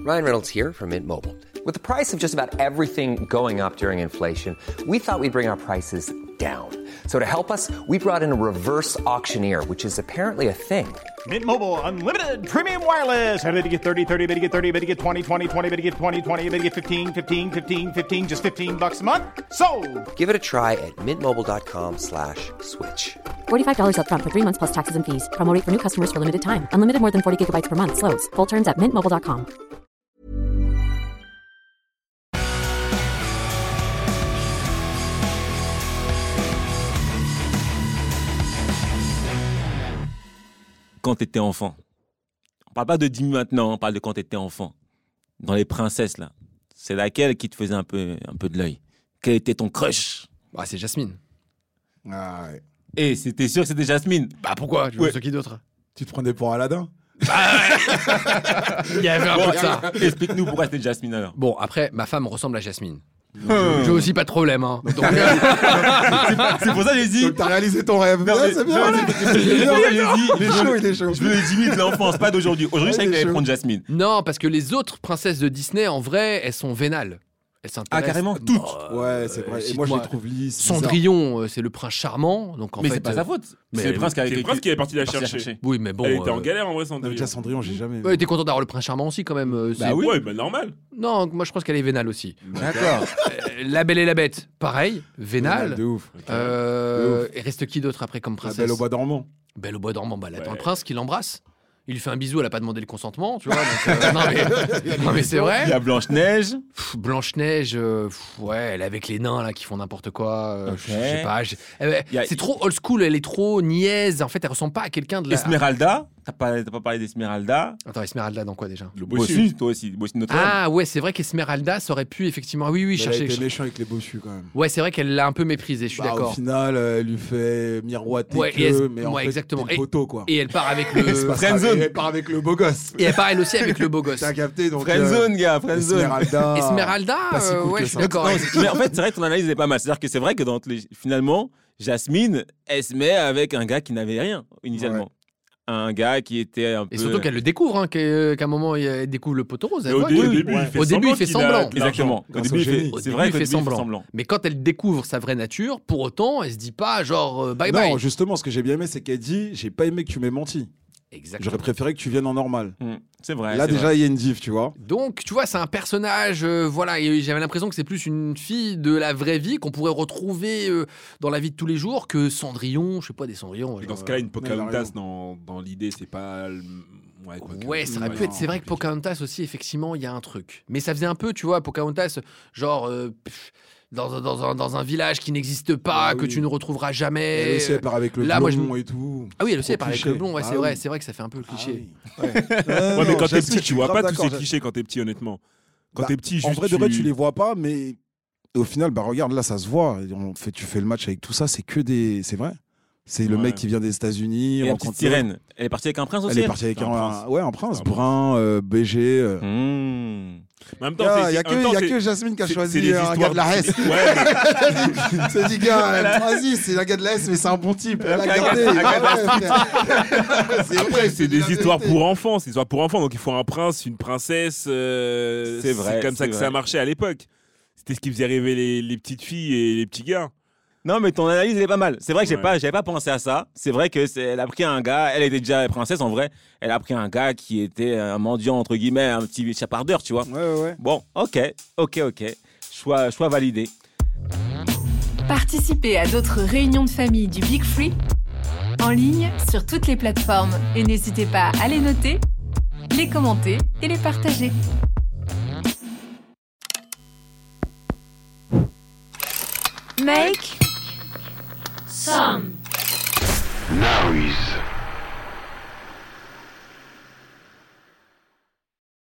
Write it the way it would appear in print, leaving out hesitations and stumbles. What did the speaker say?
Ryan Reynolds here from Mint Mobile. With the price of just about everything going up during inflation, we thought we'd bring our prices down. So to help us, we brought in a reverse auctioneer, which is apparently a thing. Mint Mobile Unlimited Premium Wireless. How to get 30, 30, bit to get 30, bit to get 20, 20, 20, bit to get 20, 20, bit to get 15, 15, 15, 15, just $15 a month? Sold! Give it a try at mintmobile.com/switch. $45 up front for 3 months plus taxes and fees. Promo rate for new customers for limited time. Unlimited more than 40 gigabytes per month. Slows full terms at mintmobile.com. Quand t'étais enfant. On parle pas de 10 maintenant, on parle de quand t'étais enfant. Dans les princesses, là. C'est laquelle qui te faisait un peu de l'œil? Quel était ton crush? Bah, c'est Jasmine. Ah ouais. Et c'était sûr que c'était Jasmine. Bah, pourquoi? Tu veux qui d'autre? Tu te prenais pour Aladdin? Il y avait un peu de ça. Explique-nous pourquoi c'était Jasmine alors. Bon, après, ma femme ressemble à Jasmine. J'ai aussi pas de problème. Hein. Donc, c'est pour ça que j'ai dit. Donc t'as réalisé ton rêve. C'est bien. Il est chaud. Je veux les Jimmy de l'enfance, pas d'aujourd'hui. Aujourd'hui, je savais que j'allais prendre Jasmine. Non, parce que les autres princesses de Disney, en vrai, elles sont vénales. Elles s'intéressent. Ah, carrément, toutes. Ouais, c'est vrai. Et moi, je les trouve lisses. Cendrillon, c'est le prince charmant. Donc, en mais fait, c'est pas sa faute. mais C'est le prince qui est parti la chercher. Oui, mais bon. Elle était en galère en vrai, Déjà Cendrillon. Cendrillon, j'ai jamais. Ouais, t'es content d'avoir le prince charmant aussi, quand même. Bah oui, bah normal. Non, moi je pense qu'elle est vénale aussi. D'accord. La Belle et la Bête, pareil, vénale. De ouf. Et reste qui d'autre après comme La princesse? Belle au bois dormant. Belle au bois dormant, bah, elle attend le prince qui l'embrasse. Il lui fait un bisou, elle a pas demandé le consentement, tu vois. Donc, non mais c'est vrai. Il y a Blanche-Neige. Blanche-Neige, ouais, elle est avec les nains là qui font n'importe quoi. Ok. Je sais pas. C'est a- trop old school, elle est trop niaise. En fait, elle ressemble pas à quelqu'un de la. Esmeralda. T'as pas parlé d'Esmeralda. Attends, Esmeralda dans quoi déjà? Le Bossu, bossu. toi aussi. Bossu de Notre-Dame. Ah ouais, c'est vrai qu'Esmeralda, ça aurait pu effectivement. Oui, Mais elle a chercher. été méchant avec les bossus quand même. Ouais, c'est vrai qu'elle l'a un peu méprisé, je suis Au d'accord. final, elle lui fait miroiter Ouais, mais en ouais, fait, exactement. t'es le poteau, quoi. Et elle part avec le. Friendzone. Elle part avec le beau gosse. Et elle part elle aussi avec le beau gosse. T'as capté, donc. Friendzone, gars, friendzone. Esmeralda. Esmeralda, pas si cool ouais, que je suis ça. d'accord. Mais en fait, c'est vrai que ton analyse est pas mal. C'est-à-dire que c'est vrai que finalement, Jasmine, elle se met avec un gars qui n'avait rien initialement. Ouais. Un gars qui était un peu. Et surtout qu'elle le découvre, hein, qu'à un moment elle découvre le poteau rose. Elle Et au voit début, que- il fait il fait qu'il a semblant. de l'argent. Exactement. Au Grâce début, au il fait. génie. C'est vrai il qu'au fait début, il fait semblant. semblant. Mais quand elle découvre sa vraie nature, pour autant, elle se dit pas genre bye bye. Non, justement, ce que j'ai bien aimé, c'est qu'elle dit j'ai pas aimé que tu m'aies menti. Exactement. J'aurais préféré que tu viennes en normal. C'est vrai. Là, c'est déjà, vrai. il y a une diff, tu vois. Donc, tu vois, c'est un personnage, voilà, et j'avais l'impression que c'est plus une fille de la vraie vie qu'on pourrait retrouver dans la vie de tous les jours que Cendrillon, je sais pas, des Cendrillons. Et dans ce cas-là, une Pocahontas dans l'idée, c'est pas. Ouais, quoi que- Ouais, ça aurait pu être. C'est vrai que Pocahontas aussi, effectivement, il y a un truc. Mais ça faisait un peu, tu vois, Pocahontas, genre. Dans un village qui n'existe pas, Ah que oui. tu ne retrouveras jamais. Elle aussi, elle part avec le Là, moi, blond et tout. Ah oui, elle aussi, elle Trop part avec cliché. le blond, ouais, Ah c'est vrai, oui. c'est vrai que ça fait un peu le cliché. Ah oui. Ouais, mais quand t'es petit, tu vois pas tous ces clichés. clichés quand t'es petit, honnêtement. Quand Bah, t'es petit, juste. En vrai de vrai, tu les vois pas, mais au final, bah regarde, là, ça se voit. Tu fais le match avec tout ça, c'est que des. C'est vrai. C'est le Ouais. mec qui vient des États-Unis. Et la rencontre petite sirène. Elle est partie avec un prince aussi. Elle est partie avec Un prince. un prince, Un brun, BG. Mais en même temps, Il y a que Jasmine qui a c'est choisi des un gars de la S. Ouais, C'est dit, gars, vas-y, c'est un gars de la S, mais c'est un bon type. Elle a gardé. après, c'est des histoires pour enfants. C'est des histoires pour enfants. Donc, il faut un prince, une princesse. C'est vrai, C'est comme ça c'est que vrai. ça marchait à l'époque. C'était ce qui faisait rêver les petites filles et les petits gars. Non, mais ton analyse, elle est pas mal. C'est vrai que Ouais. j'avais pas pensé à ça. C'est vrai que elle a pris un gars, elle était déjà princesse en vrai. Elle a pris un gars qui était un mendiant, entre guillemets, un petit chapardeur, tu vois. Ouais. Bon, ok. Choix validé. Participez à d'autres réunions de famille du Big Free en ligne sur toutes les plateformes et n'hésitez pas à les noter, les commenter et les partager. Make Now is